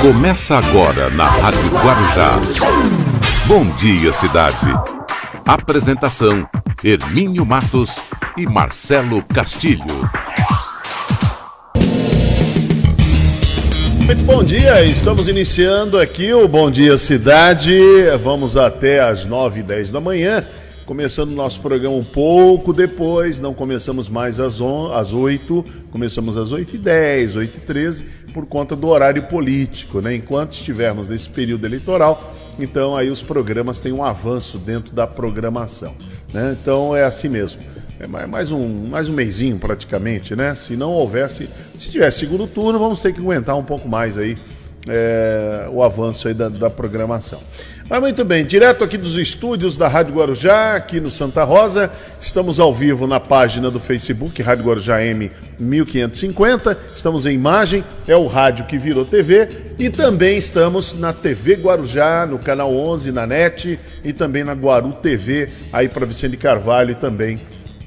Começa agora na Rádio Guarujá. Bom dia, cidade. Apresentação: Hermínio Matos e Marcelo Castilho. Muito bom dia, estamos iniciando aqui o Bom Dia Cidade. Vamos até às 9h10 da manhã. Começando o nosso programa um pouco depois, não começamos mais às 8, começamos às 8h10, 8h13, por conta do horário político, né? Enquanto estivermos nesse período eleitoral, então aí os programas têm um avanço dentro da programação, né? Então é assim mesmo, é mais um mesinho praticamente, né? Se não houvesse, se tivesse segundo turno, vamos ter que aguentar um pouco mais aí o avanço aí da programação. Mas muito bem, direto aqui dos estúdios da Rádio Guarujá, aqui no Santa Rosa, estamos ao vivo na página do Facebook, Rádio Guarujá M 1550, estamos em imagem, é o rádio que virou TV, e também estamos na TV Guarujá, no canal 11, na NET, e também na Guaru TV, aí para Vicente Carvalho e também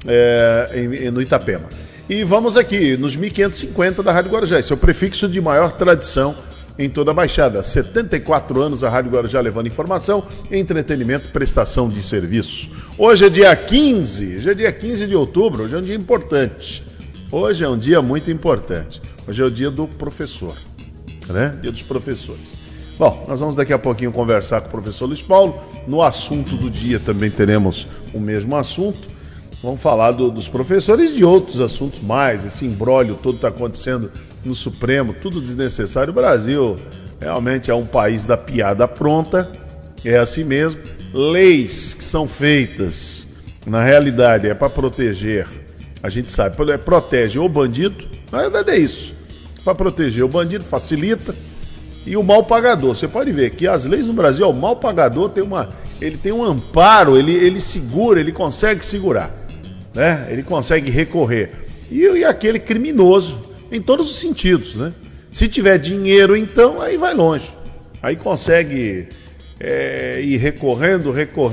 no Itapema. E vamos aqui, nos 1550 da Rádio Guarujá, esse é o prefixo de maior tradição em toda a Baixada. 74 anos a Rádio Guarujá levando informação, entretenimento, prestação de serviço. Hoje é dia 15 de outubro, hoje é um dia importante. Hoje é um dia muito importante. Hoje é o dia do professor, né? Dia dos professores. Bom, nós vamos daqui a pouquinho conversar com o professor Luiz Paulo. No assunto do dia também teremos o mesmo assunto. Vamos falar dos professores e de outros assuntos mais. Esse imbróglio todo está acontecendo no Supremo, tudo desnecessário. O Brasil realmente é um país da piada pronta, é assim mesmo. Leis que são feitas, na realidade, é para proteger, a gente sabe, protege o bandido, na verdade é isso, para proteger o bandido, facilita, e o mal pagador. Você pode ver que as leis no Brasil, o mal pagador ele tem um amparo, ele segura, ele consegue segurar, né? Ele consegue recorrer. E aquele criminoso, em todos os sentidos, né? Se tiver dinheiro, então, aí vai longe. Aí consegue ir recorrendo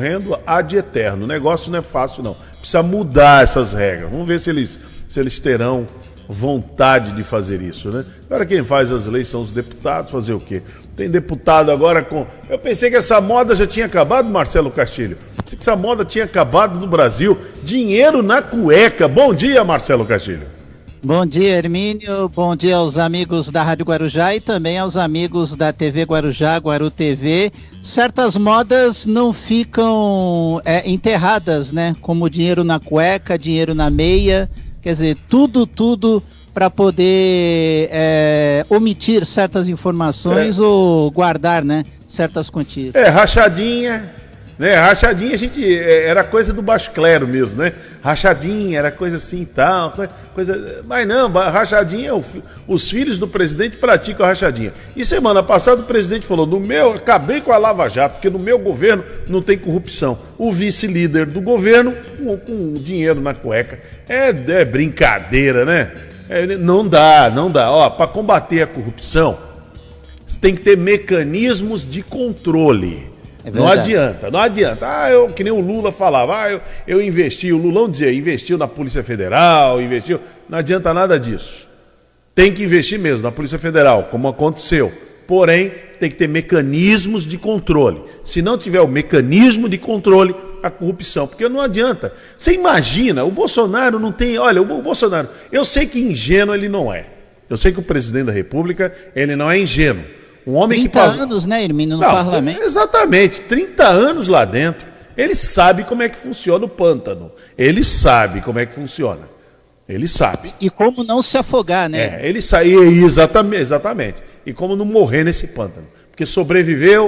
ad eterno. O negócio não é fácil, não. Precisa mudar essas regras. Vamos ver se eles terão vontade de fazer isso, né? Agora quem faz as leis são os deputados. Fazer o quê? Tem deputado agora com... Eu pensei que essa moda já tinha acabado, Marcelo Castilho. Pensei que essa moda tinha acabado no Brasil. Dinheiro na cueca. Bom dia, Marcelo Castilho. Bom dia, Hermínio. Bom dia aos amigos da Rádio Guarujá e também aos amigos da TV Guarujá, Guaru TV. Certas modas não ficam enterradas, né? Como dinheiro na cueca, dinheiro na meia. Quer dizer, tudo para poder omitir certas informações ou guardar, né, certas quantias. Rachadinha, né? Rachadinha, a gente era coisa do baixo clero mesmo, né? Rachadinha era coisa assim e tal, coisa. Mas não, rachadinha, os filhos do presidente praticam a rachadinha. E semana passada o presidente falou: acabei com a Lava Jato, porque no meu governo não tem corrupção. O vice-líder do governo com dinheiro na cueca. É brincadeira, né? Não dá. Ó, para combater a corrupção, tem que ter mecanismos de controle. Não adianta. Que nem o Lula falava, eu investi, o Lulão dizia, investiu na Polícia Federal, investiu, não adianta nada disso. Tem que investir mesmo na Polícia Federal, como aconteceu. Porém, tem que ter mecanismos de controle. Se não tiver o mecanismo de controle, a corrupção, porque não adianta. Você imagina, o Bolsonaro não tem, olha, o Bolsonaro, eu sei que ingênuo ele não é. Eu sei que o presidente da República, ele não é ingênuo. Um homem 30 anos, né, Hermínio, no parlamento. Exatamente, 30 anos lá dentro. Ele sabe como é que funciona o pântano. Ele sabe como é que funciona. Ele sabe. E como não se afogar, né? Ele saiu, exatamente. E como não morrer nesse pântano. Porque sobreviveu,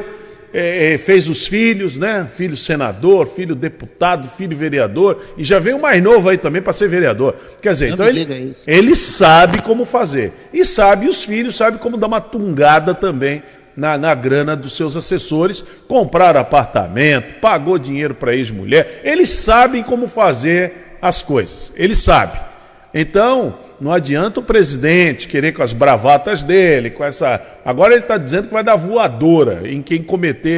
fez os filhos, né? Filho senador, filho deputado, filho vereador. E já veio o mais novo aí também para ser vereador. Quer dizer, então ele sabe como fazer. E os filhos sabem como dar uma tungada também na grana dos seus assessores. Compraram apartamento, pagou dinheiro para ex-mulher. Eles sabem como fazer as coisas. Eles sabem. Então, não adianta o presidente querer com as bravatas dele, com essa... Agora ele está dizendo que vai dar voadora em quem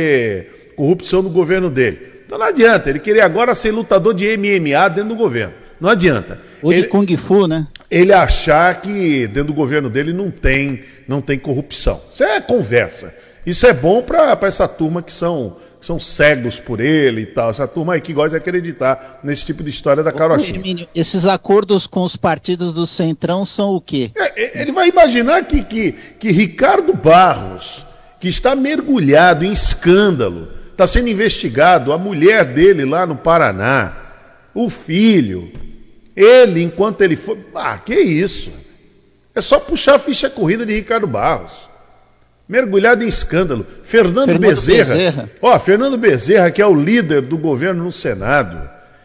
cometer corrupção no governo dele. Então não adianta, ele querer agora ser lutador de MMA dentro do governo. Não adianta. O de Kung Fu, né? Ele achar que dentro do governo dele não tem corrupção. Isso é conversa. Isso é bom para essa turma que são cegos por ele e tal. Essa turma aí que gosta de acreditar nesse tipo de história da carochinha. Esses acordos com os partidos do Centrão são o quê? Ele vai imaginar que Ricardo Barros, que está mergulhado em escândalo, está sendo investigado, a mulher dele lá no Paraná, o filho, ele, enquanto ele foi... que isso? É só puxar a ficha corrida de Ricardo Barros. Mergulhado em escândalo. Fernando Bezerra. Fernando Bezerra, que é o líder do governo no Senado.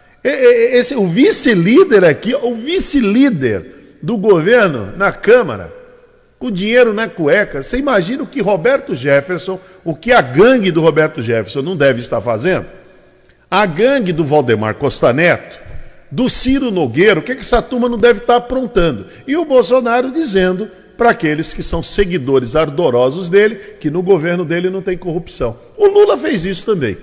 O vice-líder aqui, o vice-líder do governo na Câmara, com dinheiro na cueca. Você imagina o que Roberto Jefferson, o que a gangue do Roberto Jefferson não deve estar fazendo? A gangue do Valdemar Costa Neto, do Ciro Nogueira, o que essa turma não deve estar aprontando? E o Bolsonaro dizendo para aqueles que são seguidores ardorosos dele, que no governo dele não tem corrupção. O Lula fez isso também.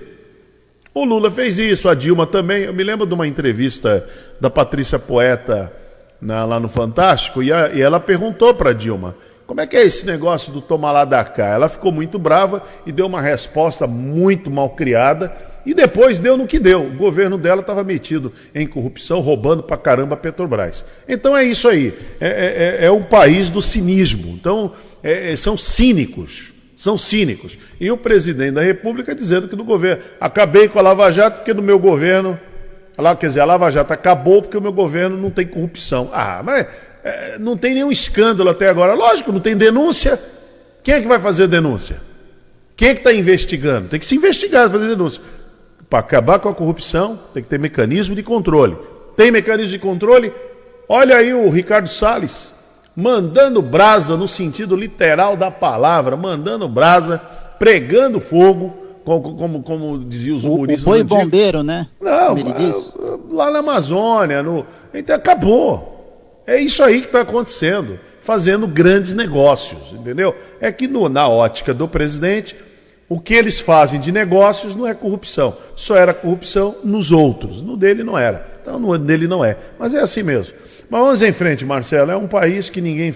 O Lula fez isso, a Dilma também. Eu me lembro de uma entrevista da Patrícia Poeta lá no Fantástico, e ela perguntou para a Dilma, como é que é esse negócio do tomar lá da cá? Ela ficou muito brava e deu uma resposta muito mal criada, e depois deu no que deu. O governo dela estava metido em corrupção, roubando pra caramba a Petrobras. Então é isso aí. É um país do cinismo. Então são cínicos. São cínicos. E o presidente da República dizendo que no governo... Acabei com a Lava Jato porque no meu governo... Quer dizer, a Lava Jato acabou porque o meu governo não tem corrupção. Mas não tem nenhum escândalo até agora. Lógico, não tem denúncia. Quem é que vai fazer denúncia? Quem é que está investigando? Tem que se investigar, fazer denúncia. Para acabar com a corrupção, tem que ter mecanismo de controle. Tem mecanismo de controle? Olha aí o Ricardo Salles, mandando brasa no sentido literal da palavra, mandando brasa, pregando fogo, como diziam os humoristas. Foi bombeiro, né? Não, lá na Amazônia. Então acabou. É isso aí que está acontecendo, fazendo grandes negócios, entendeu? É que na ótica do presidente... O que eles fazem de negócios não é corrupção. Só era corrupção nos outros. No dele não era. Então no dele não é. Mas é assim mesmo. Mas vamos em frente, Marcelo. É um país que ninguém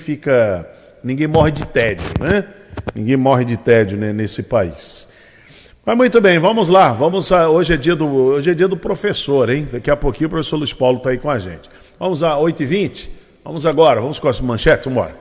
morre de tédio, né? Ninguém morre de tédio, né, nesse país. Mas muito bem, vamos lá. Hoje é dia do professor, hein? Daqui a pouquinho o professor Luiz Paulo está aí com a gente. Vamos a 8h20? Vamos com as manchetes, vamos embora.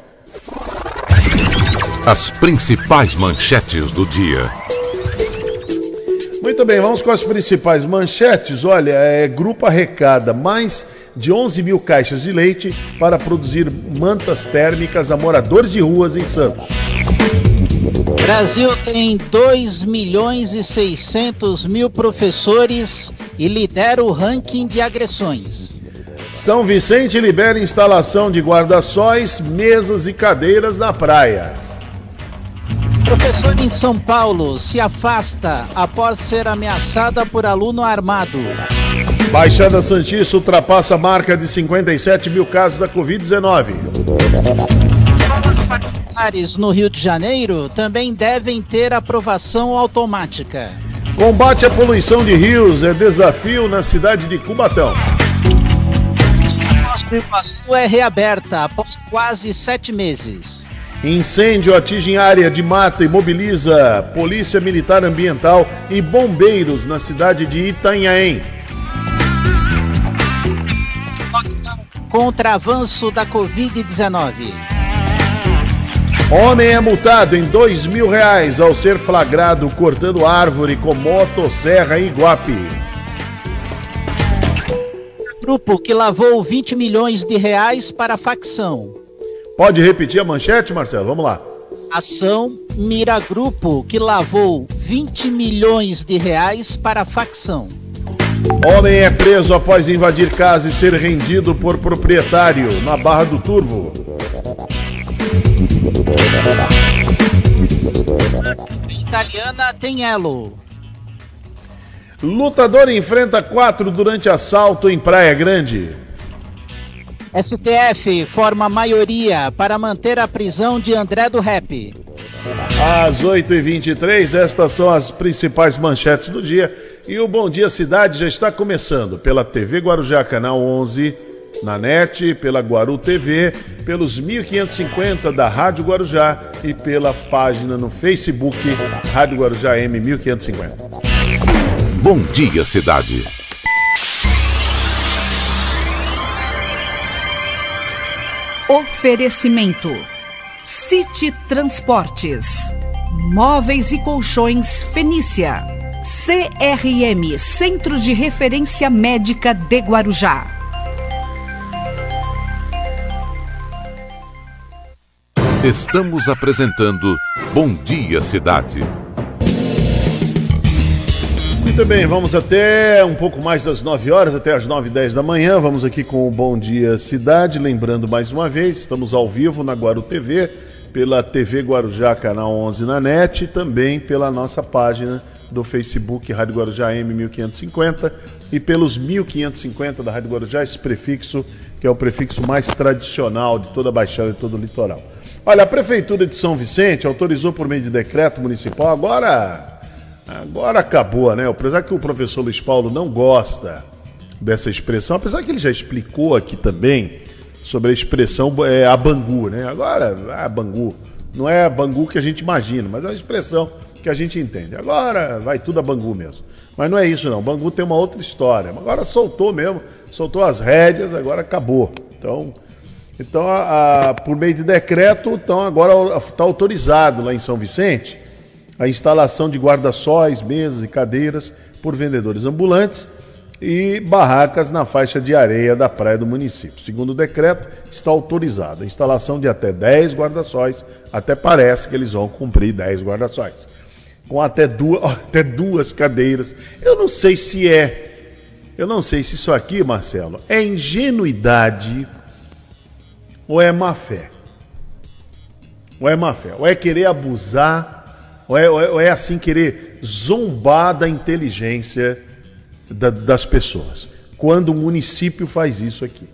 As principais manchetes do dia. Muito bem, vamos com as principais manchetes. Olha, grupo arrecada mais de 11 mil caixas de leite para produzir mantas térmicas a moradores de ruas em Santos. Brasil tem 2.600.000 professores e lidera o ranking de agressões. São Vicente libera instalação de guarda-sóis, mesas e cadeiras na praia. Professor em São Paulo se afasta após ser ameaçada por aluno armado. Baixada Santista ultrapassa a marca de 57 mil casos da Covid-19. Escolas particulares no Rio de Janeiro também devem ter aprovação automática. Combate à poluição de rios é desafio na cidade de Cubatão. Foz do Iguaçu é reaberta após quase 7 meses. Incêndio atinge área de mata e mobiliza Polícia Militar Ambiental e bombeiros na cidade de Itanhaém. Contra avanço da Covid-19. Homem é multado em R$2.000 ao ser flagrado cortando árvore com motosserra em Iguape. Grupo que lavou 20 milhões de reais para a facção. Pode repetir a manchete, Marcelo? Vamos lá. Ação mira grupo que lavou 20 milhões de reais para a facção. Homem é preso após invadir casa e ser rendido por proprietário na Barra do Turvo. Italiana tem elo. Lutador enfrenta 4 durante assalto em Praia Grande. STF forma maioria para manter a prisão de André do Rap. Às 8h23, estas são as principais manchetes do dia. E o Bom Dia Cidade já está começando pela TV Guarujá, canal 11, na NET, pela Guaru TV, pelos 1550 da Rádio Guarujá e pela página no Facebook Rádio Guarujá M 1550. Bom Dia Cidade. Oferecimento City Transportes, Móveis e Colchões Fenícia, CRM, Centro de Referência Médica de Guarujá. Estamos apresentando Bom Dia Cidade. Muito bem, vamos até um pouco mais das 9 horas, até as 9h10 da manhã. Vamos aqui com o Bom Dia Cidade. Lembrando mais uma vez, estamos ao vivo na Guaru TV, pela TV Guarujá, canal 11 na NET, e também pela nossa página do Facebook Rádio Guarujá M 1550 e pelos 1550 da Rádio Guarujá, esse prefixo que é o prefixo mais tradicional de toda a Baixada e todo o litoral. Olha, a Prefeitura de São Vicente autorizou por meio de decreto municipal, agora acabou, né? Apesar que o professor Luiz Paulo não gosta dessa expressão, apesar que ele já explicou aqui também sobre a expressão a Bangu, né? Agora, a Bangu, não é a Bangu que a gente imagina, mas é uma expressão que a gente entende. Agora vai tudo a Bangu mesmo. Mas não é isso não, Bangu tem uma outra história. Agora soltou mesmo, soltou as rédeas, agora acabou. Então por meio de decreto, então agora está autorizado lá em São Vicente a instalação de guarda-sóis, mesas e cadeiras por vendedores ambulantes e barracas na faixa de areia da praia do município. Segundo o decreto, está autorizada a instalação de até 10 guarda-sóis, até parece que eles vão cumprir 10 guarda-sóis, com até duas cadeiras. Eu não sei se isso aqui, Marcelo, é ingenuidade ou é má fé. Ou é querer abusar, ou é assim querer zombar da inteligência das pessoas, quando o município faz isso aqui.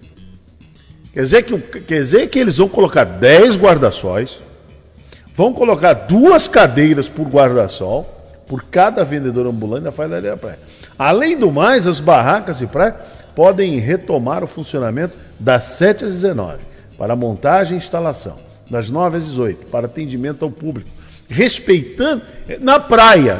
Quer dizer que eles vão colocar 10 guarda-sóis, vão colocar 2 cadeiras por guarda-sol, por cada vendedor ambulante da faixa da areia da praia. Além do mais, as barracas de praia podem retomar o funcionamento das 7 às 19, para montagem e instalação, das 9 às 18, para atendimento ao público, respeitando, na praia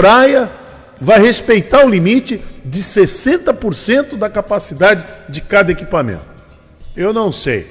vai respeitar o limite de 60% da capacidade de cada equipamento. Eu não sei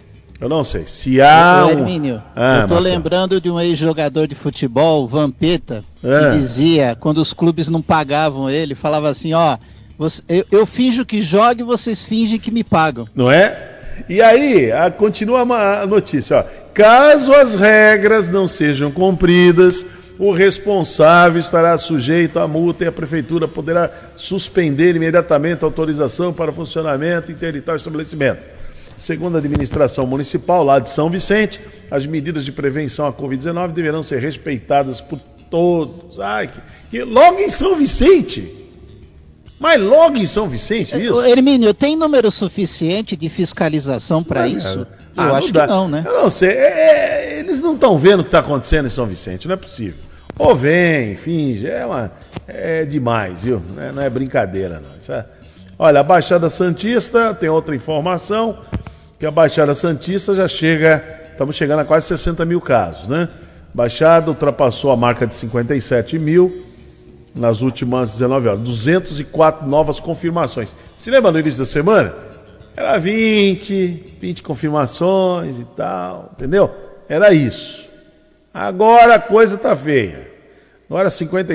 se há Hermínio, eu tô lembrando de um ex-jogador de futebol, Vampeta, que dizia, quando os clubes não pagavam ele, falava assim, eu finjo que jogo e vocês fingem que me pagam. Não é? E aí, continua a notícia, caso as regras não sejam cumpridas, o responsável estará sujeito à multa e a prefeitura poderá suspender imediatamente a autorização para funcionamento e interditar o estabelecimento. Segundo a administração municipal lá de São Vicente, as medidas de prevenção à Covid-19 deverão ser respeitadas por todos. Logo em São Vicente? Mas logo em São Vicente, isso? Hermínio, tem número suficiente de fiscalização para isso? Eu acho que não, né? Eu não sei. Eles não estão vendo o que está acontecendo em São Vicente, não é possível. Ou vem, finge, é demais, viu? Não é brincadeira, não. Olha, a Baixada Santista tem outra informação, que a Baixada Santista estamos chegando a quase 60 mil casos, né? Baixada ultrapassou a marca de 57 mil nas últimas 19 horas, 204 novas confirmações. Se lembra no início da semana? Era 20 confirmações e tal, entendeu? Era isso. Agora a coisa tá feia. Agora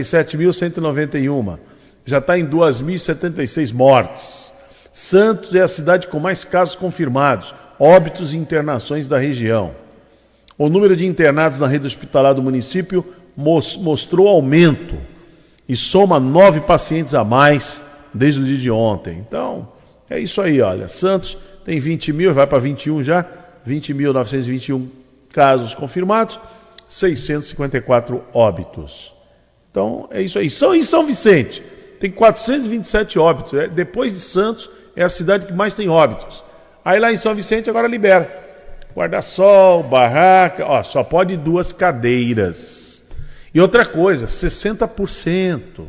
57.191. Já está em 2.076 mortes. Santos é a cidade com mais casos confirmados, óbitos e internações da região. O número de internados na rede hospitalar do município mostrou aumento e soma 9 pacientes a mais desde o dia de ontem. Então, é isso aí, olha. Santos tem 20 mil, vai para 21 já, 20.921 casos confirmados, 654 óbitos. Então, é isso aí. Em São Vicente, tem 427 óbitos. Depois de Santos, é a cidade que mais tem óbitos. Aí lá em São Vicente, agora libera. Guarda-sol, barraca, só pode 2 cadeiras. E outra coisa, 60%.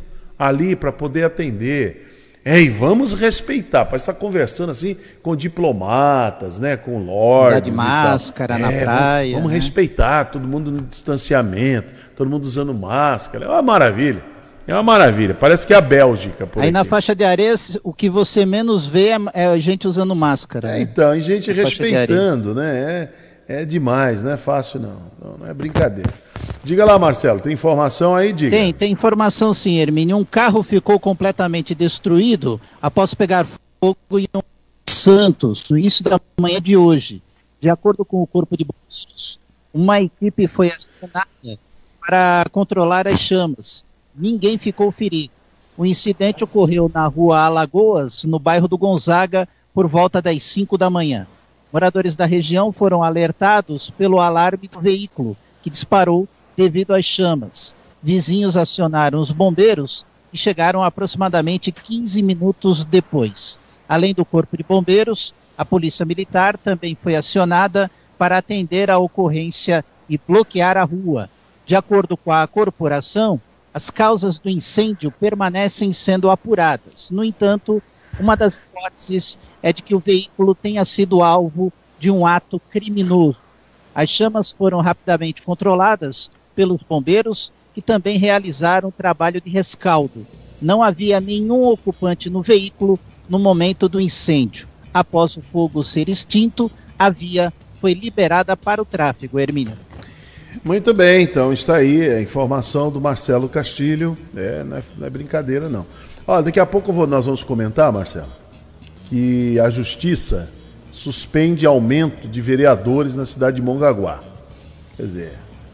ali para poder atender. E vamos respeitar, parece estar conversando assim com diplomatas, né, com lords. De máscara na praia. Vamos respeitar, todo mundo no distanciamento, todo mundo usando máscara. É uma maravilha. Parece que é a Bélgica. Por aí aqui. Na faixa de areia, o que você menos vê é gente usando máscara. Né? Então, e gente respeitando, né? É demais, não é fácil não é brincadeira. Diga lá, Marcelo, tem informação aí? Diga. Tem informação sim, Hermínio. Um carro ficou completamente destruído após pegar fogo em Santos, no início da manhã de hoje. De acordo com o Corpo de Bombeiros, uma equipe foi acionada para controlar as chamas. Ninguém ficou ferido. O incidente ocorreu na rua Alagoas, no bairro do Gonzaga, por volta das 5 da manhã. Moradores da região foram alertados pelo alarme do veículo, que disparou devido às chamas. Vizinhos acionaram os bombeiros e chegaram aproximadamente 15 minutos depois. Além do Corpo de Bombeiros, a Polícia Militar também foi acionada para atender a ocorrência e bloquear a rua. De acordo com a corporação, as causas do incêndio permanecem sendo apuradas. No entanto, uma das hipóteses é de que o veículo tenha sido alvo de um ato criminoso. As chamas foram rapidamente controladas pelos bombeiros, que também realizaram trabalho de rescaldo. Não havia nenhum ocupante no veículo no momento do incêndio. Após o fogo ser extinto, a via foi liberada para o tráfego, Hermínio. Muito bem, então está aí a informação do Marcelo Castilho. Não é brincadeira, não. Olha, daqui a pouco nós vamos comentar, Marcelo, que a Justiça suspende aumento de vereadores na cidade de Mongaguá. Quer dizer,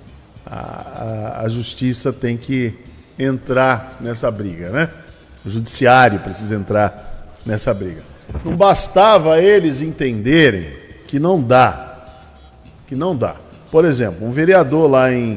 a Justiça tem que entrar nessa briga, né? O Judiciário precisa entrar nessa briga. Não bastava eles entenderem que não dá. Por exemplo, um vereador lá em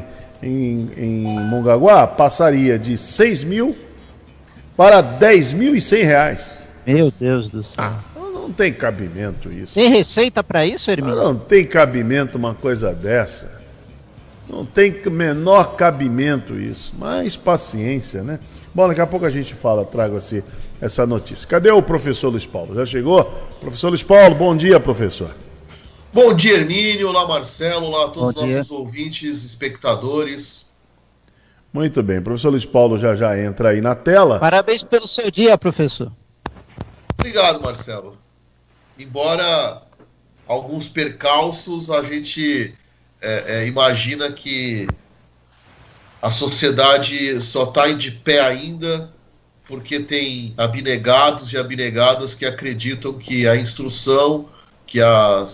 Mongaguá passaria de 6 mil para 10.100 reais. Meu Deus do céu. Não tem cabimento isso. Tem receita para isso, Hermínio? Não tem cabimento uma coisa dessa. Não tem menor cabimento isso. Mas paciência, né? Bom, daqui a pouco a gente trago assim essa notícia. Cadê o professor Luiz Paulo? Já chegou? Professor Luiz Paulo, bom dia, professor. Bom dia, Hermínio. Olá, Marcelo. Olá a todos os nossos ouvintes, espectadores. Muito bem. Professor Luiz Paulo já entra aí na tela. Parabéns pelo seu dia, professor. Obrigado, Marcelo. Embora alguns percalços, a gente imagina que a sociedade só está de pé ainda porque tem abnegados e abnegadas que acreditam que a instrução, que a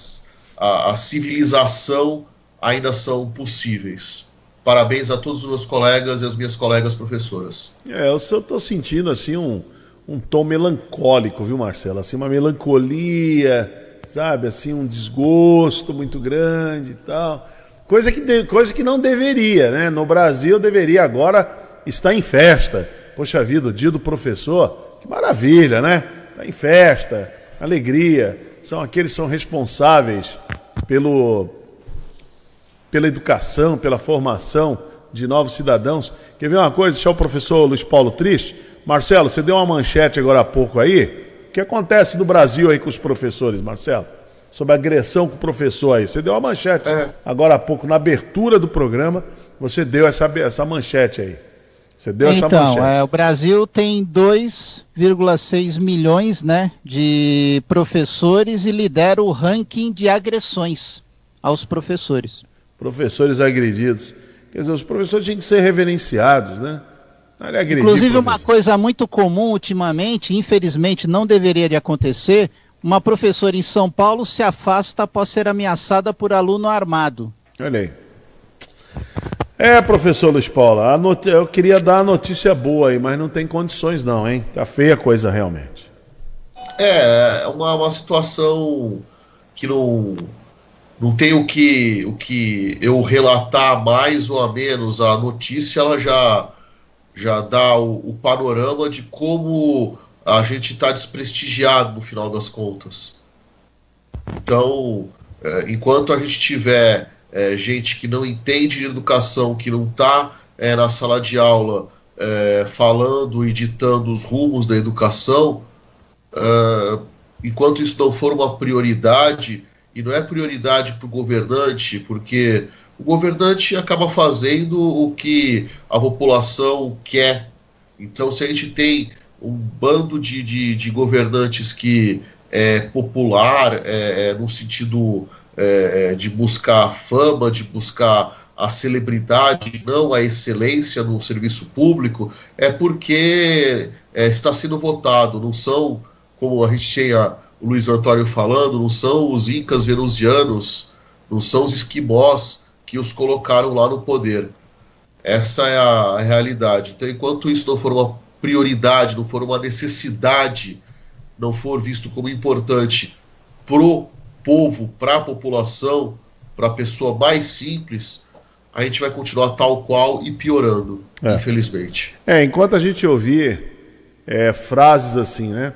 civilização ainda são possíveis. Parabéns a todos os meus colegas e as minhas colegas professoras. Eu estou sentindo assim um tom melancólico, viu, Marcelo? Assim, uma melancolia, sabe? Assim, um desgosto muito grande e tal. Coisa que não deveria, né? No Brasil deveria agora estar em festa. Poxa vida, o dia do professor, que maravilha, né? Está em festa, alegria. São aqueles que são responsáveis pela educação, pela formação de novos cidadãos. Quer ver uma coisa? Deixar o professor Luiz Paulo triste. Marcelo, você deu uma manchete agora há pouco aí. O que acontece no Brasil aí com os professores, Marcelo? Sobre a agressão com o professor aí. Você deu uma manchete agora há pouco, na abertura do programa, você deu essa manchete aí. Você deu essa manchete. O Brasil tem 2,6 milhões, né, de professores e lidera o ranking de agressões aos professores. Professores agredidos. Quer dizer, os professores tinham que ser reverenciados, né? Inclusive, uma coisa muito comum ultimamente, infelizmente não deveria de acontecer, uma professora em São Paulo se afasta após ser ameaçada por aluno armado. Olha aí. Professor Luiz Paulo, eu queria dar a notícia boa aí, mas não tem condições não, hein? Tá feia a coisa realmente. É uma situação que não tem o que eu relatar mais ou a menos. A notícia ela já dá o panorama de como a gente está desprestigiado no final das contas. Então, enquanto a gente tiver gente que não entende de educação, que não está na sala de aula falando e ditando os rumos da educação, enquanto isso não for uma prioridade, e não é prioridade para o governante, porque o governante acaba fazendo o que a população quer. Então, se a gente tem um bando de governantes que é popular, no sentido de buscar fama, de buscar a celebridade, não a excelência no serviço público, é porque está sendo votado, não são, como a gente tinha o Luiz Antônio falando, não são os incas venusianos, não são os esquimós que os colocaram lá no poder. Essa é a realidade. Então, enquanto isso não for uma prioridade, não for uma necessidade, não for visto como importante pro povo, para a população, para a pessoa mais simples, a gente vai continuar tal qual e piorando, infelizmente. Enquanto a gente ouvir frases assim, né?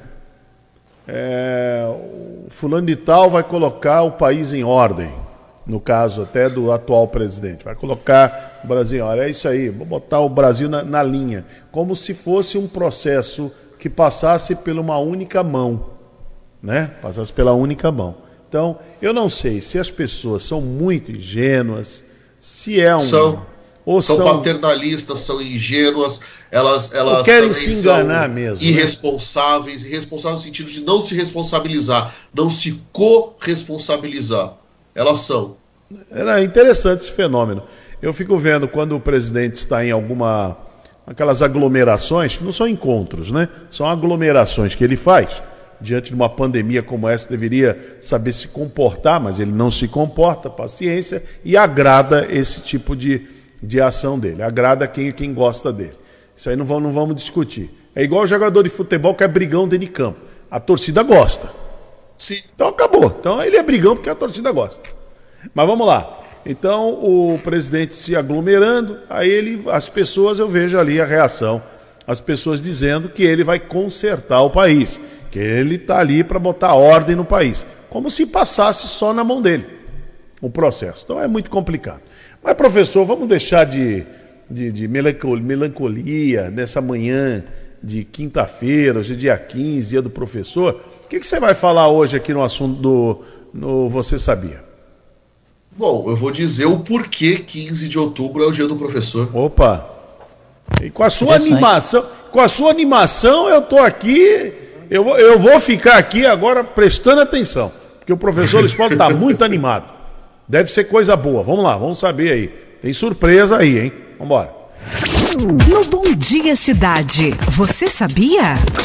O fulano de tal vai colocar o país em ordem, no caso até do atual presidente, vai colocar o Brasil em ordem, é isso aí, vou botar o Brasil na linha, como se fosse um processo que passasse por uma única mão, né? Passasse pela única mão. Então, eu não sei se as pessoas são muito ingênuas, se é são paternalistas, são ingênuas, elas querem se enganar mesmo, irresponsáveis, irresponsáveis no sentido de não se responsabilizar, não se corresponsabilizar. Elas são. É interessante esse fenômeno. Eu fico vendo quando o presidente está em aquelas aglomerações, que não são encontros, né? São aglomerações que ele faz. Diante de uma pandemia como essa, deveria saber se comportar, mas ele não se comporta, paciência, e agrada esse tipo de ação dele. Agrada quem gosta dele. Isso aí não vamos discutir. É igual o jogador de futebol que é brigão dentro de campo. A torcida gosta. Sim. Então acabou. Então ele é brigão porque a torcida gosta. Mas vamos lá. Então o presidente se aglomerando, aí as pessoas, eu vejo ali a reação. As pessoas dizendo que ele vai consertar o país, que ele está ali para botar ordem no país, como se passasse só na mão dele o processo. Então é muito complicado. Mas, professor, vamos deixar de melancolia nessa manhã de quinta-feira, hoje é dia 15, dia do professor. O que você vai falar hoje aqui no assunto no Você Sabia? Bom, eu vou dizer o porquê 15 de outubro é o dia do professor. Opa! E com a sua animação, eu tô aqui, eu vou ficar aqui agora prestando atenção, porque o professor Luiz Paulo está muito animado. Deve ser coisa boa. Vamos lá, vamos saber aí. Tem surpresa aí, hein? Vambora. No Bom Dia Cidade, você sabia?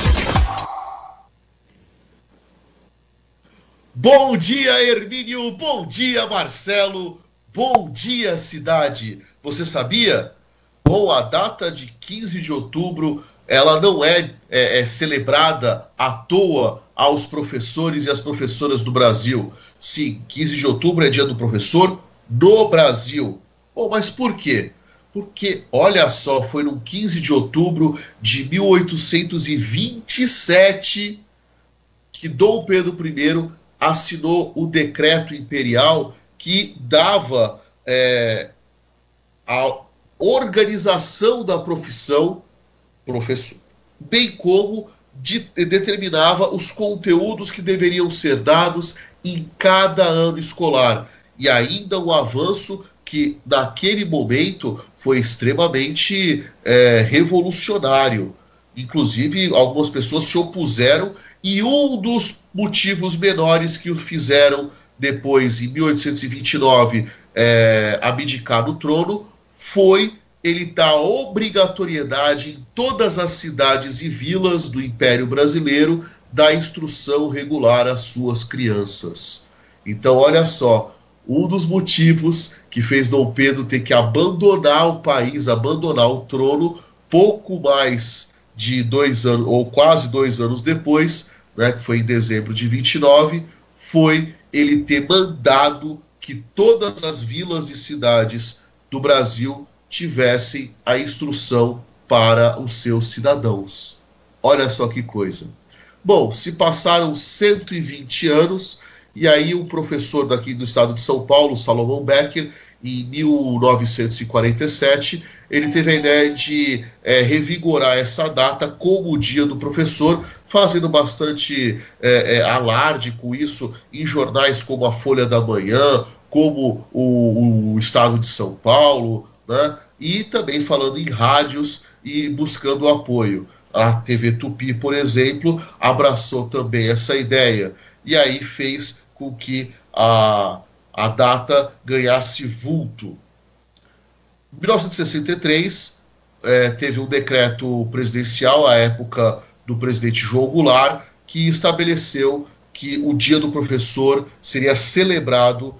Bom dia, Hermínio. Bom dia, Marcelo. Bom dia, cidade. Você sabia? Bom, a data de 15 de outubro, ela não é celebrada à toa aos professores e às professoras do Brasil. Sim, 15 de outubro é dia do professor no Brasil. Bom, mas por quê? Porque, olha só, foi no 15 de outubro de 1827 que Dom Pedro I assinou o decreto imperial que dava a organização da profissão professor, bem como determinava os conteúdos que deveriam ser dados em cada ano escolar. E ainda um avanço que, naquele momento, foi extremamente revolucionário. Inclusive, algumas pessoas se opuseram, e um dos motivos menores que o fizeram depois, em 1829, abdicar do trono, foi ele dar obrigatoriedade em todas as cidades e vilas do Império Brasileiro da instrução regular às suas crianças. Então, olha só, um dos motivos que fez Dom Pedro ter que abandonar o país, abandonar o trono, pouco mais de 2 anos, ou quase 2 anos depois, né, que foi em dezembro de 29, foi ele ter mandado que todas as vilas e cidades do Brasil tivessem a instrução para os seus cidadãos. Olha só que coisa. Bom, se passaram 120 anos, e aí um professor daqui do estado de São Paulo, Salomão Becker, em 1947, ele teve a ideia de revigorar essa data como o Dia do Professor, fazendo bastante alarde com isso em jornais como a Folha da Manhã, como o Estado de São Paulo, né? E também falando em rádios e buscando apoio. A TV Tupi, por exemplo, abraçou também essa ideia, e aí fez com que a data ganhasse vulto. Em 1963, teve um decreto presidencial, à época do presidente João Goulart, que estabeleceu que o Dia do Professor seria celebrado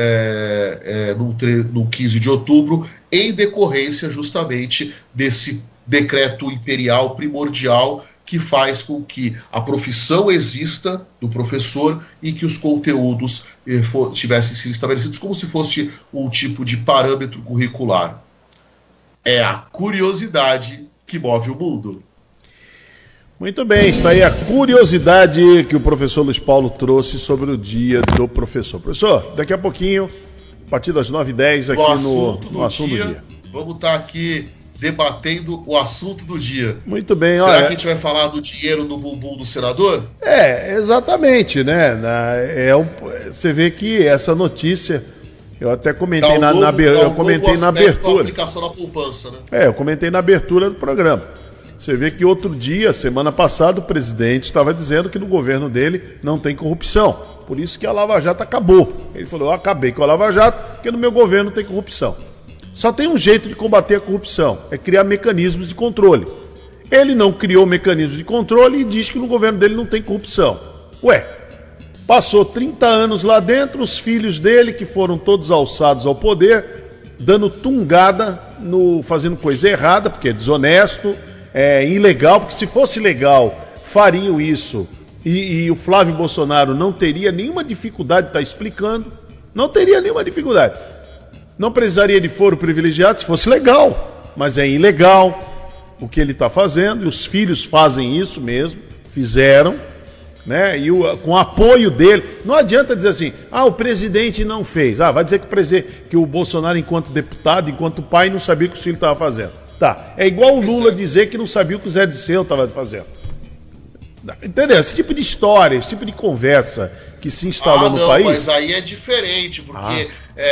no 15 de outubro, em decorrência justamente desse decreto imperial primordial que faz com que a profissão exista do professor e que os conteúdos tivessem sido estabelecidos como se fosse um tipo de parâmetro curricular. É a curiosidade que move o mundo. Muito bem, está aí a curiosidade que o professor Luiz Paulo trouxe sobre o Dia do Professor. Professor, daqui a pouquinho, a partir das 9h10, aqui no Assunto do Dia. Vamos estar aqui debatendo o assunto do dia. Muito bem. Será que a gente vai falar do dinheiro no bumbum do senador? Exatamente, né? Você vê que essa notícia, eu até comentei na abertura. Aplicação na poupança, né? Eu comentei na abertura do programa. Você vê que outro dia, semana passada, o presidente estava dizendo que no governo dele não tem corrupção. Por isso que a Lava Jato acabou. Ele falou, eu acabei com a Lava Jato, porque no meu governo tem corrupção. Só tem um jeito de combater a corrupção, é criar mecanismos de controle. Ele não criou mecanismos de controle e diz que no governo dele não tem corrupção. Passou 30 anos lá dentro, os filhos dele, que foram todos alçados ao poder, dando tungada, fazendo coisa errada, porque é desonesto, é ilegal, porque se fosse legal, fariam isso. E o Flávio Bolsonaro não teria nenhuma dificuldade de estar explicando, não teria nenhuma dificuldade. Não precisaria de foro privilegiado se fosse legal, mas é ilegal o que ele está fazendo, e os filhos fazem isso mesmo, fizeram, né? E com o apoio dele. Não adianta dizer assim, o presidente não fez. Vai dizer que o Bolsonaro, enquanto deputado, enquanto pai, não sabia o que os filhos estavam fazendo. Tá, é igual o Lula dizer que não sabia o que o Zé Disseu estava fazendo. Entendeu? Esse tipo de história, esse tipo de conversa que se instalou no país. Mas aí é diferente, porque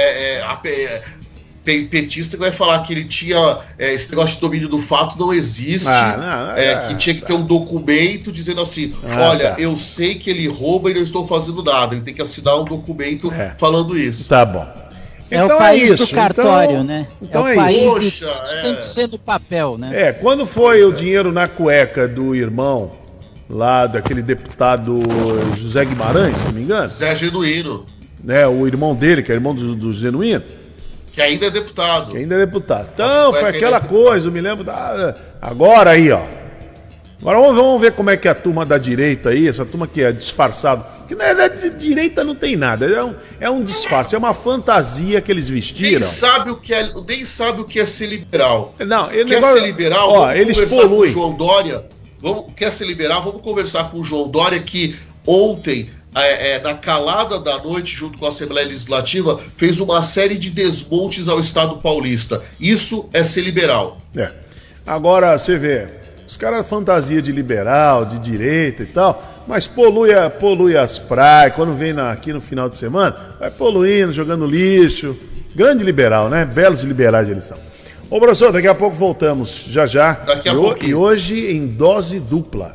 tem petista que vai falar que ele tinha esse negócio de domínio do fato não existe, que tinha que ter um documento dizendo assim, eu sei que ele rouba e não estou fazendo nada. Ele tem que assinar um documento falando isso. Tá bom. Então o país do cartório, né? Então o país tem que ser do papel, né? Quando foi o dinheiro na cueca do irmão lá daquele deputado José Guimarães, se não me engano? Zé Genuíno. O irmão dele, que é irmão do Genuíno. Que ainda é deputado. Então, foi aquela coisa, eu me lembro agora aí, ó. Agora vamos ver como é que a turma da direita aí, essa turma que é disfarçada, que na verdade de direita não tem nada, é um disfarce, é uma fantasia que eles vestiram. Nem sabe o que é ser liberal. Quer ser liberal? Eles poluem. Com o João Dória. Quer ser liberal? Vamos conversar com o João Dória, que ontem, na calada da noite, junto com a Assembleia Legislativa, fez uma série de desmontes ao Estado paulista. Isso é ser liberal. Agora, você vê, os caras fantasia de liberal, de direita e tal, mas polui as praias, quando vem aqui no final de semana, vai poluindo, jogando lixo. Grande liberal, né? Belos liberais eles são. Ô, professor, daqui a pouco voltamos, já. Daqui a pouquinho. E hoje em dose dupla.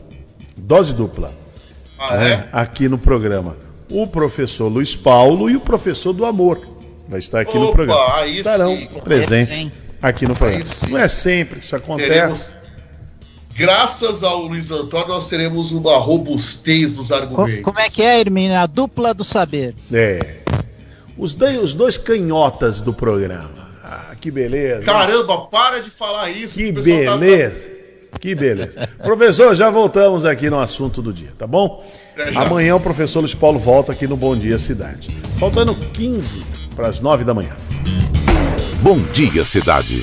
Aqui no programa. O professor Luiz Paulo e o professor do amor vai estar aqui no programa. Aí estarão sim. presentes aqui no programa. Não é sempre que isso acontece. Graças ao Luiz Antônio, nós teremos uma robustez dos argumentos. Como é que é, Hermínio? A dupla do saber. Os dois canhotas do programa. Que beleza. Caramba, para de falar isso. Que beleza. Que beleza. Professor, já voltamos aqui no assunto do dia, tá bom? Amanhã o professor Luiz Paulo volta aqui no Bom Dia Cidade. Faltando 15 para as 9 da manhã. Bom Dia Cidade.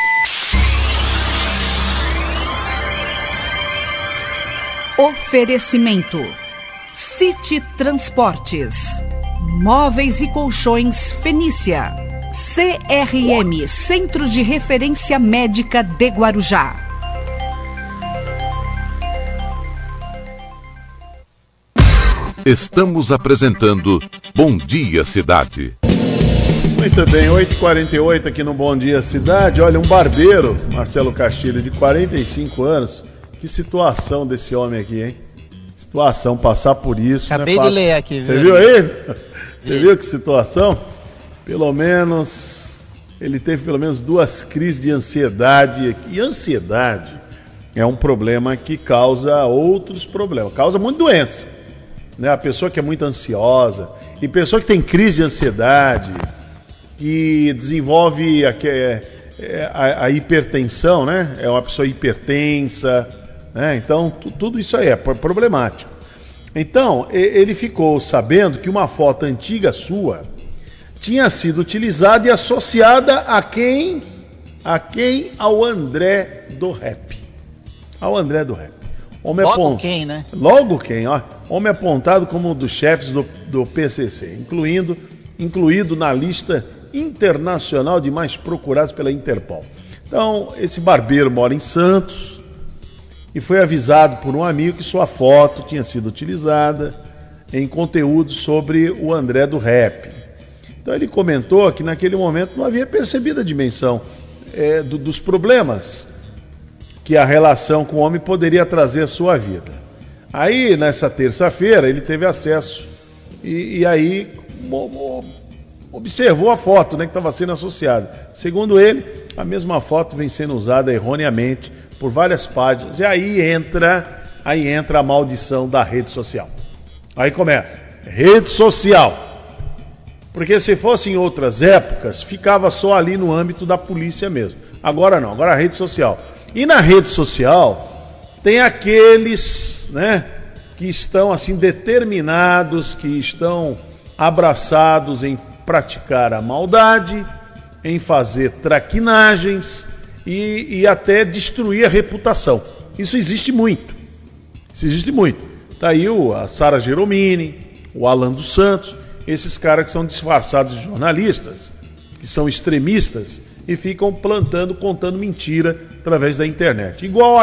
Oferecimento: City Transportes, Móveis e Colchões Fenícia, CRM, Centro de Referência Médica de Guarujá. Estamos apresentando Bom Dia Cidade. Muito bem, 8h48 aqui no Bom Dia Cidade. Olha, um barbeiro, Marcelo Castilho, de 45 anos. Que situação desse homem aqui, hein? Situação, passar por isso. Acabei de ler aqui, viu? Você viu aí? Você viu que situação? Pelo menos, ele teve pelo menos 2 crises de ansiedade. E ansiedade é um problema que causa outros problemas. Causa muita doença, né? A pessoa que é muito ansiosa e pessoa que tem crise de ansiedade e desenvolve a hipertensão, né? É uma pessoa hipertensa, né? Então, tudo isso aí é problemático. Então, ele ficou sabendo que uma foto antiga sua tinha sido utilizada e associada a quem? Ao André do Rap. Ao André do Rap. Logo quem, né? Logo quem, ó. Homem apontado como um dos chefes do PCC, incluído na lista internacional de mais procurados pela Interpol. Então, esse barbeiro mora em Santos e foi avisado por um amigo que sua foto tinha sido utilizada em conteúdo sobre o André do Rap. Então ele comentou que naquele momento não havia percebido a dimensão dos problemas que a relação com o homem poderia trazer à sua vida. Aí, nessa terça-feira, ele teve acesso e aí observou a foto, né, que estava sendo associada. Segundo ele, a mesma foto vem sendo usada erroneamente por várias páginas. E aí entra a maldição da rede social. Aí começa. Rede social. Porque se fosse em outras épocas, ficava só ali no âmbito da polícia mesmo. Agora não, agora a rede social. E na rede social tem aqueles, né, que estão assim determinados, que estão abraçados em praticar a maldade, em fazer traquinagens e até destruir a reputação. Isso existe muito. Isso existe muito. Tá aí a Sara Geromini, o Alan dos Santos, esses caras que são disfarçados de jornalistas, que são extremistas e ficam contando mentira através da internet.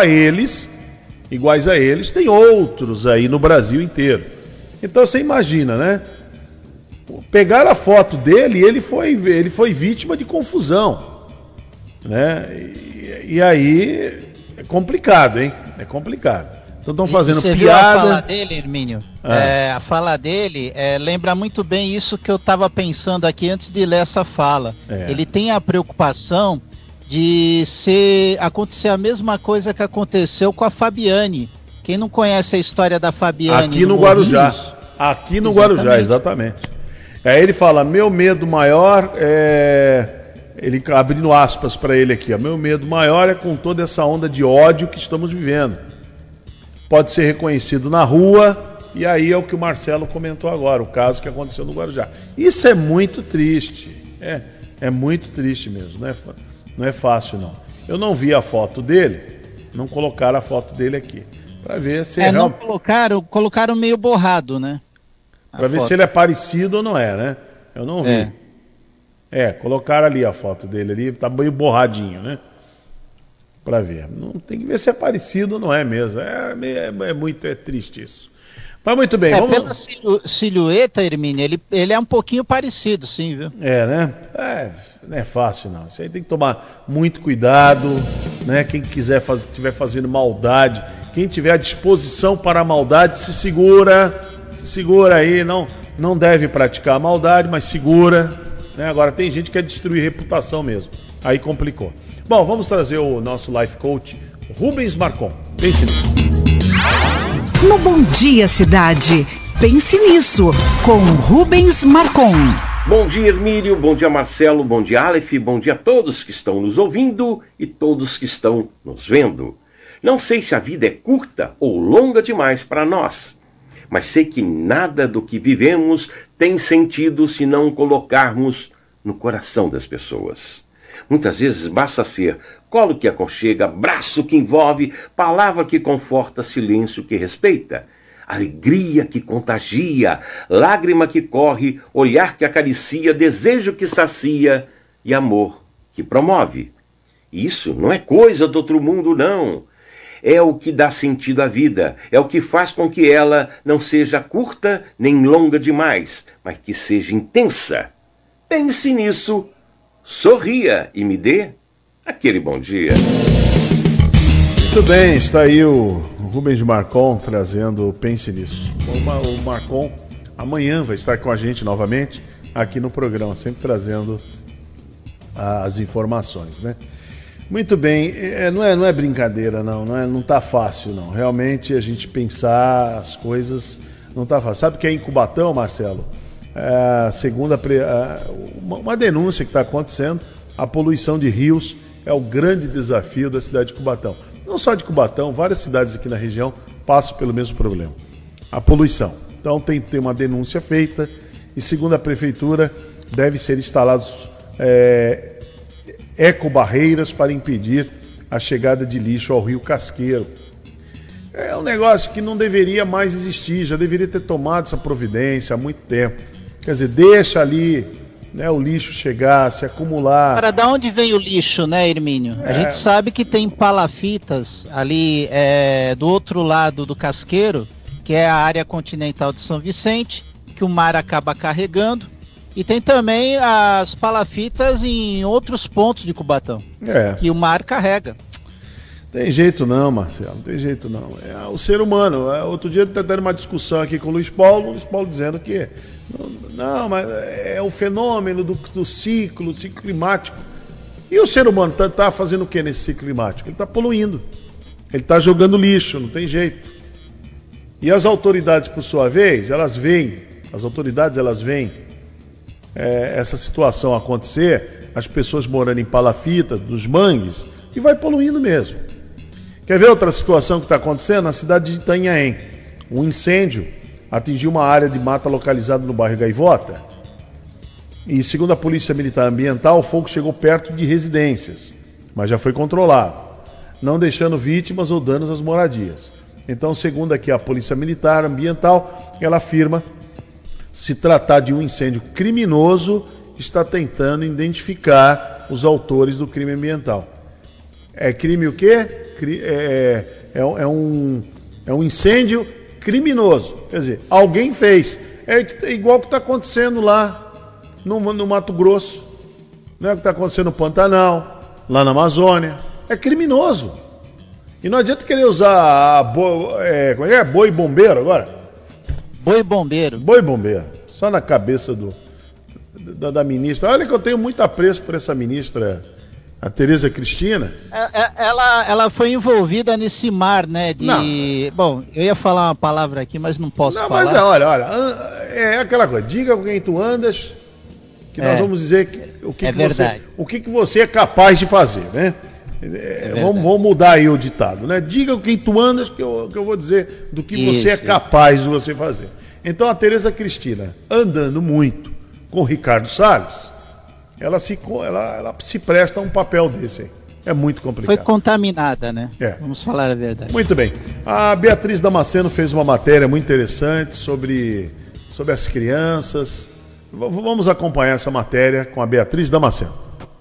Iguais a eles, tem outros aí no Brasil inteiro. Então você imagina, né? Pegaram a foto dele e ele foi vítima de confusão, né? E aí é complicado, hein? É complicado. Então estão fazendo você piada. Viu a fala dele, Hermínio? A fala dele lembra muito bem isso que eu estava pensando aqui antes de ler essa fala. Ele tem a preocupação de acontecer a mesma coisa que aconteceu com a Fabiane. Quem não conhece a história da Fabiane? Aqui no Guarujá. Aqui no Guarujá, exatamente. Aí ele fala, meu medo maior ele abrindo aspas para ele aqui, ó, meu medo maior é com toda essa onda de ódio que estamos vivendo. Pode ser reconhecido na rua, e aí é o que o Marcelo comentou agora, o caso que aconteceu no Guarujá. Isso é muito triste, é muito triste mesmo, não é fácil não. Eu não vi a foto dele, não colocaram a foto dele aqui, para ver se não colocaram meio borrado, né? Para ver se ele é parecido ou não é, né? Eu não vi. Colocaram ali a foto dele ali, tá meio borradinho, né? Para ver. Não tem que ver se é parecido ou não é mesmo. É triste isso. Mas muito bem. Vamos... Pela silhueta, Hermínio, ele é um pouquinho parecido, sim, viu? Né? Não é fácil, não. Isso aí tem que tomar muito cuidado, né? Quem estiver fazendo maldade, quem tiver à disposição para a maldade, se segura aí, não deve praticar a maldade, mas segura, né? Agora tem gente que quer destruir reputação mesmo. Aí complicou. Bom, vamos trazer o nosso life coach, Rubens Marcon. Pense nisso. No Bom Dia Cidade, pense nisso, com Rubens Marcon. Bom dia, Hermílio, bom dia, Marcelo, bom dia, Aleph, bom dia a todos que estão nos ouvindo e todos que estão nos vendo. Não sei se a vida é curta ou longa demais para nós, mas sei que nada do que vivemos tem sentido se não colocarmos no coração das pessoas. Muitas vezes basta ser colo que aconchega, braço que envolve, palavra que conforta, silêncio que respeita, alegria que contagia, lágrima que corre, olhar que acaricia, desejo que sacia e amor que promove. Isso não é coisa do outro mundo, não. É o que dá sentido à vida, é o que faz com que ela não seja curta nem longa demais, mas que seja intensa. Pense nisso, sorria e me dê aquele bom dia. Muito bem, está aí o Rubens Marcon trazendo Pense Nisso. O Marcon amanhã vai estar com a gente novamente aqui no programa, sempre trazendo as informações, né? Muito bem, não é brincadeira, não está fácil, não. Realmente a gente pensar as coisas não está fácil. Sabe o que é em Cubatão, Marcelo? Segundo uma denúncia que está acontecendo, a poluição de rios é o grande desafio da cidade de Cubatão. Não só de Cubatão, várias cidades aqui na região passam pelo mesmo problema, a poluição. Então tem que ter uma denúncia feita e, segundo a prefeitura, deve ser instalados ecobarreiras para impedir a chegada de lixo ao Rio Casqueiro. É um negócio que não deveria mais existir, já deveria ter tomado essa providência há muito tempo. Quer dizer, deixa ali, né, o lixo chegar, se acumular. Para da onde vem o lixo, né, Hermínio? A gente sabe que tem palafitas ali do outro lado do Casqueiro, que é a área continental de São Vicente, que o mar acaba carregando. E tem também as palafitas em outros pontos de Cubatão, que o mar carrega. Tem jeito não, Marcelo, não tem jeito não. É o ser humano. Outro dia eu tendo uma discussão aqui com o Luiz Paulo dizendo que não, mas é o fenômeno do ciclo climático. E o ser humano está fazendo o que nesse ciclo climático? Ele está poluindo, ele está jogando lixo, não tem jeito. E as autoridades, por sua vez, elas veem essa situação acontecer, as pessoas morando em palafitas, dos mangues, e vai poluindo mesmo. Quer ver outra situação que está acontecendo? Na cidade de Itanhaém. Um incêndio atingiu uma área de mata localizada no bairro Gaivota. E, segundo a Polícia Militar Ambiental, o fogo chegou perto de residências, mas já foi controlado, não deixando vítimas ou danos às moradias. Então, segundo aqui a Polícia Militar Ambiental, ela afirma se tratar de um incêndio criminoso, está tentando identificar os autores do crime ambiental. É crime o quê? É um incêndio criminoso. Quer dizer, alguém fez. É igual o que está acontecendo lá no Mato Grosso, né? O que está acontecendo no Pantanal, lá na Amazônia. É criminoso. E não adianta querer usar como é? Boi bombeiro agora? Boi bombeiro. Boi bombeiro. Só na cabeça da ministra. Olha que eu tenho muito apreço por essa ministra, a Tereza Cristina. Ela foi envolvida nesse mar, né? Bom, eu ia falar uma palavra aqui, mas não posso falar. Mas olha, é aquela coisa. Diga com quem tu andas, que nós vamos dizer o que você é capaz de fazer, né? Vamos mudar aí o ditado, né? Diga com quem tu andas, que eu vou dizer do que você é capaz de você fazer. Então a Tereza Cristina, andando muito com o Ricardo Salles, ela se presta a um papel desse aí. É muito complicado. Foi contaminada, né? Vamos falar a verdade. Muito bem. A Beatriz Damasceno fez uma matéria muito interessante sobre as crianças. Vamos acompanhar essa matéria com a Beatriz Damasceno.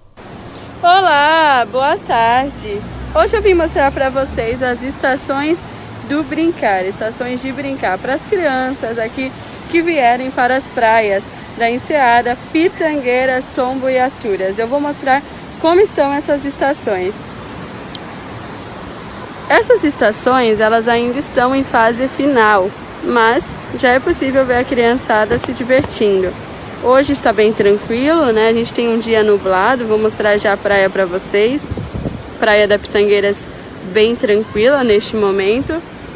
Olá, boa tarde. Hoje eu vim mostrar para vocês as estações do brincar, estações de brincar para as crianças aqui que vierem para as praias da Enseada, Pitangueiras, Tombo e Astúrias. Eu vou mostrar como estão essas estações. Essas estações, elas ainda estão em fase final, mas já é possível ver a criançada se divertindo. Hoje está bem tranquilo, né? A gente tem um dia nublado, vou mostrar já a praia para vocês. Praia da Pitangueiras bem tranquila neste momento.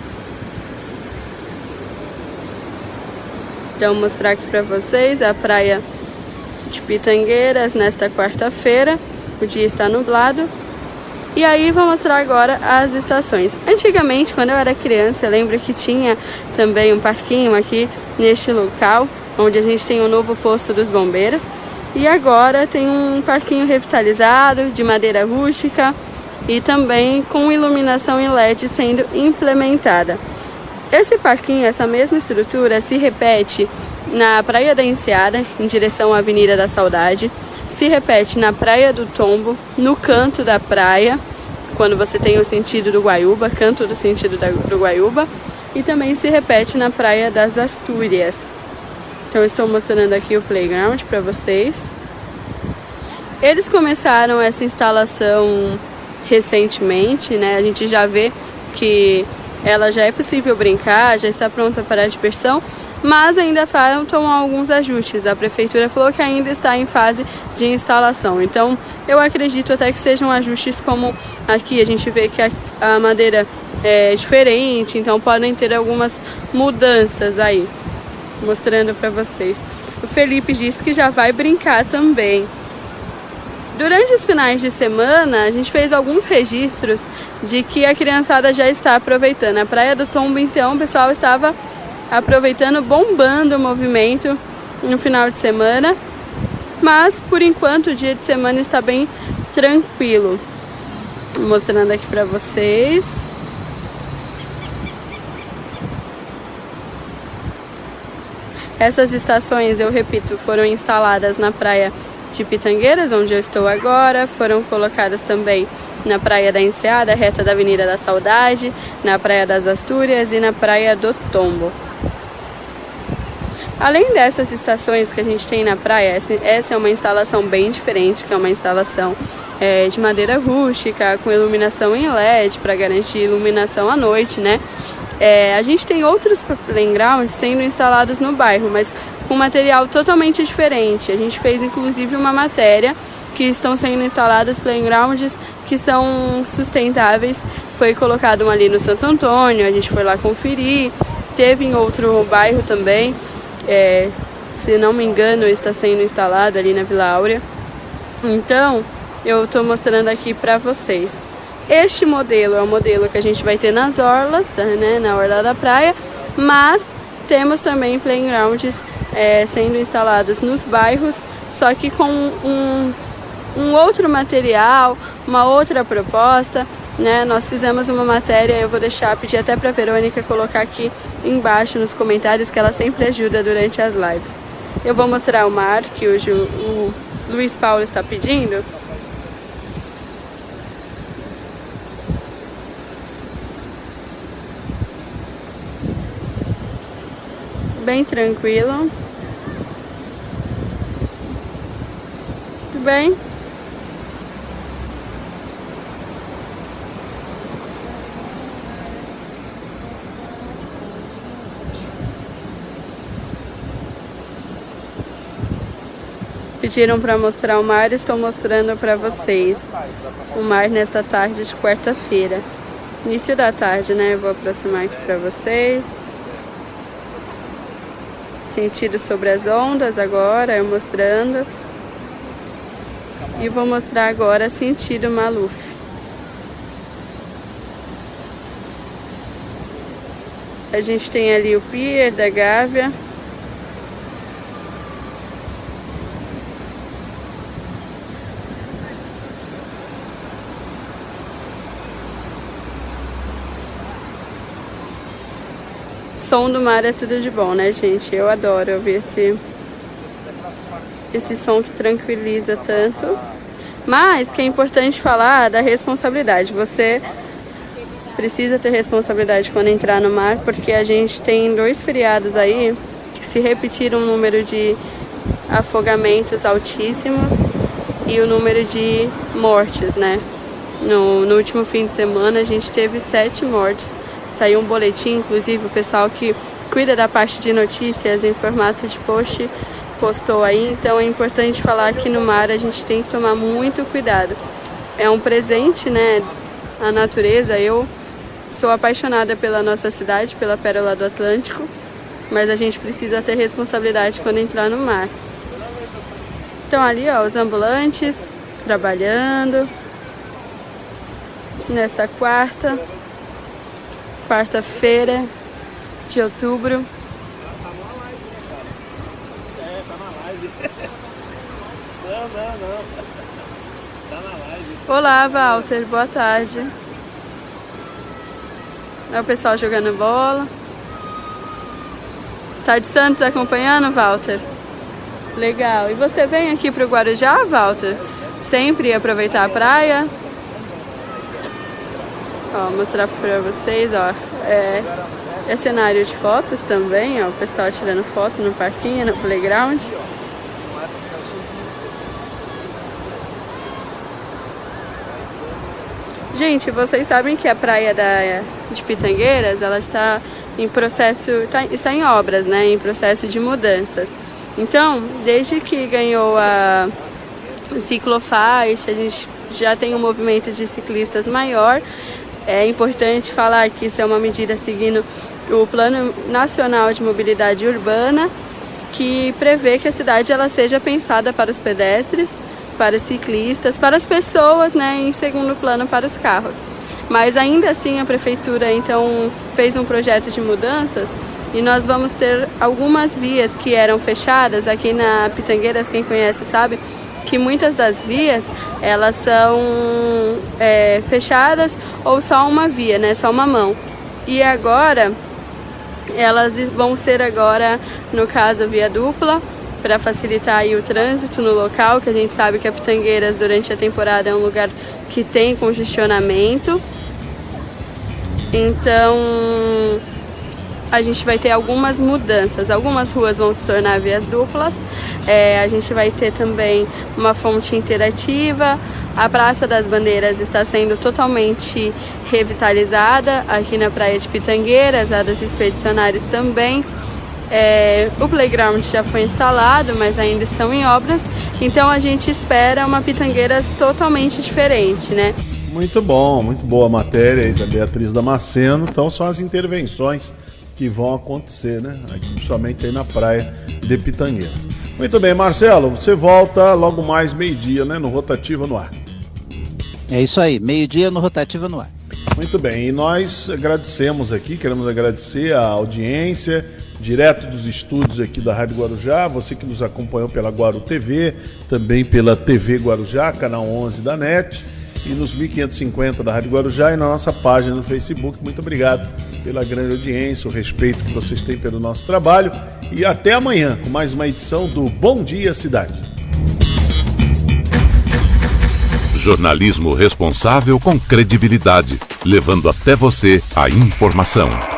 Então vou mostrar aqui para vocês a praia de Pitangueiras nesta quarta-feira. O dia está nublado. E aí vou mostrar agora as estações. Antigamente, quando eu era criança, eu lembro que tinha também um parquinho aqui neste local, onde a gente tem o novo posto dos bombeiros. E agora tem um parquinho revitalizado, de madeira rústica e também com iluminação em LED sendo implementada. Esse parquinho, essa mesma estrutura, se repete na Praia da Enseada, em direção à Avenida da Saudade, se repete na Praia do Tombo, no canto da praia, quando você tem o sentido do Guaiúba, canto do sentido do Guaiúba, e também se repete na Praia das Astúrias. Então estou mostrando aqui o playground para vocês. Eles começaram essa instalação recentemente, né? A gente já vê que ela já é possível brincar, já está pronta para a diversão, mas ainda faltam alguns ajustes. A prefeitura falou que ainda está em fase de instalação. Então eu acredito até que sejam ajustes como aqui a gente vê que a madeira é diferente, então podem ter algumas mudanças aí, mostrando para vocês. O Felipe disse que já vai brincar também. Durante os finais de semana, a gente fez alguns registros de que a criançada já está aproveitando. A Praia do Tombo, então, o pessoal estava aproveitando, bombando o movimento no final de semana. Mas, por enquanto, o dia de semana está bem tranquilo. Mostrando aqui para vocês. Essas estações, eu repito, foram instaladas na praia de Pitangueiras, onde eu estou agora, foram colocadas também na Praia da Enseada, reta da Avenida da Saudade, na Praia das Astúrias e na Praia do Tombo. Além dessas estações que a gente tem na praia, essa é uma instalação bem diferente, que é uma instalação de madeira rústica, com iluminação em LED, para garantir iluminação à noite, né? A gente tem outros playgrounds sendo instalados no bairro, mas com material totalmente diferente. A gente fez inclusive uma matéria que estão sendo instalados playgrounds que são sustentáveis. Foi colocado um ali no Santo Antônio, a gente foi lá conferir. Teve em outro bairro também, se não me engano, está sendo instalado ali na Vila Áurea. Então, eu estou mostrando aqui para vocês. Este modelo é o modelo que a gente vai ter nas orlas, né, na orla da praia, mas temos também playgrounds sendo instalados nos bairros, só que com um outro material, uma outra proposta, né? Nós fizemos uma matéria, eu vou pedir até para a Verônica colocar aqui embaixo nos comentários, que ela sempre ajuda durante as lives. Eu vou mostrar o mar, que hoje o Luiz Paulo está pedindo. Bem tranquilo. Tudo bem? Pediram para mostrar o mar, estou mostrando para vocês o mar nesta tarde de quarta-feira. Início da tarde, né? Eu vou aproximar aqui para vocês. Sentido sobre as ondas agora, eu mostrando. E vou mostrar agora sentido Maluf. A gente tem ali o pier da Gávea. Som do mar é tudo de bom, né, gente? Eu adoro ouvir esse som que tranquiliza tanto. Mas que é importante falar da responsabilidade. Você precisa ter responsabilidade quando entrar no mar, porque a gente tem 2 feriados aí que se repetiram o número de afogamentos altíssimos e o número de mortes, né? No último fim de semana a gente teve 7 mortes. Saiu um boletim, inclusive o pessoal que cuida da parte de notícias em formato de post postou aí. Então é importante falar que no mar a gente tem que tomar muito cuidado. É um presente, né? A natureza. Eu sou apaixonada pela nossa cidade, pela Pérola do Atlântico, mas a gente precisa ter responsabilidade quando entrar no mar. Então ali, ó, os ambulantes trabalhando nesta quarta-feira de outubro. Olá, Walter, boa tarde. É o pessoal jogando bola. Está de Santos acompanhando, Walter? Legal. E você vem aqui para o Guarujá, Walter? Sempre aproveitar a praia? Ó, mostrar para vocês, ó. É cenário de fotos também, ó. O pessoal tirando foto no parquinho, no playground. Gente, vocês sabem que a praia de Pitangueiras, ela está em processo, está em obras, né? Em processo de mudanças. Então, desde que ganhou a ciclofaixa, a gente já tem um movimento de ciclistas maior. É importante falar que isso é uma medida seguindo o Plano Nacional de Mobilidade Urbana, que prevê que a cidade ela seja pensada para os pedestres, para os ciclistas, para as pessoas, né, em segundo plano para os carros. Mas ainda assim a prefeitura então fez um projeto de mudanças e nós vamos ter algumas vias que eram fechadas aqui na Pitangueiras. Quem conhece sabe que muitas das vias elas são fechadas ou só uma via, né, só uma mão. E agora elas vão ser agora, no caso, via dupla, para facilitar aí o trânsito no local, que a gente sabe que a Pitangueiras durante a temporada é um lugar que tem congestionamento. Então a gente vai ter algumas mudanças, algumas ruas vão se tornar vias duplas, a gente vai ter também uma fonte interativa, a Praça das Bandeiras está sendo totalmente revitalizada aqui na praia de Pitangueiras, a dos expedicionários também. O playground já foi instalado, mas ainda estão em obras, então a gente espera uma Pitangueiras totalmente diferente, né? Muito bom, muito boa a matéria aí da Beatriz Damasceno. Então são as intervenções que vão acontecer, né? Aqui, principalmente aí na praia de Pitangueiras. Muito bem, Marcelo, você volta logo mais meio-dia, né? No Rotativa no Ar. É isso aí, meio-dia no Rotativa no Ar. Muito bem, e nós agradecemos aqui, queremos agradecer a audiência, direto dos estúdios aqui da Rádio Guarujá, você que nos acompanhou pela Guaru TV, também pela TV Guarujá, canal 11 da NET, e nos 1550 da Rádio Guarujá e na nossa página no Facebook. Muito obrigado pela grande audiência, o respeito que vocês têm pelo nosso trabalho, e até amanhã com mais uma edição do Bom Dia Cidade. Jornalismo responsável com credibilidade, levando até você a informação.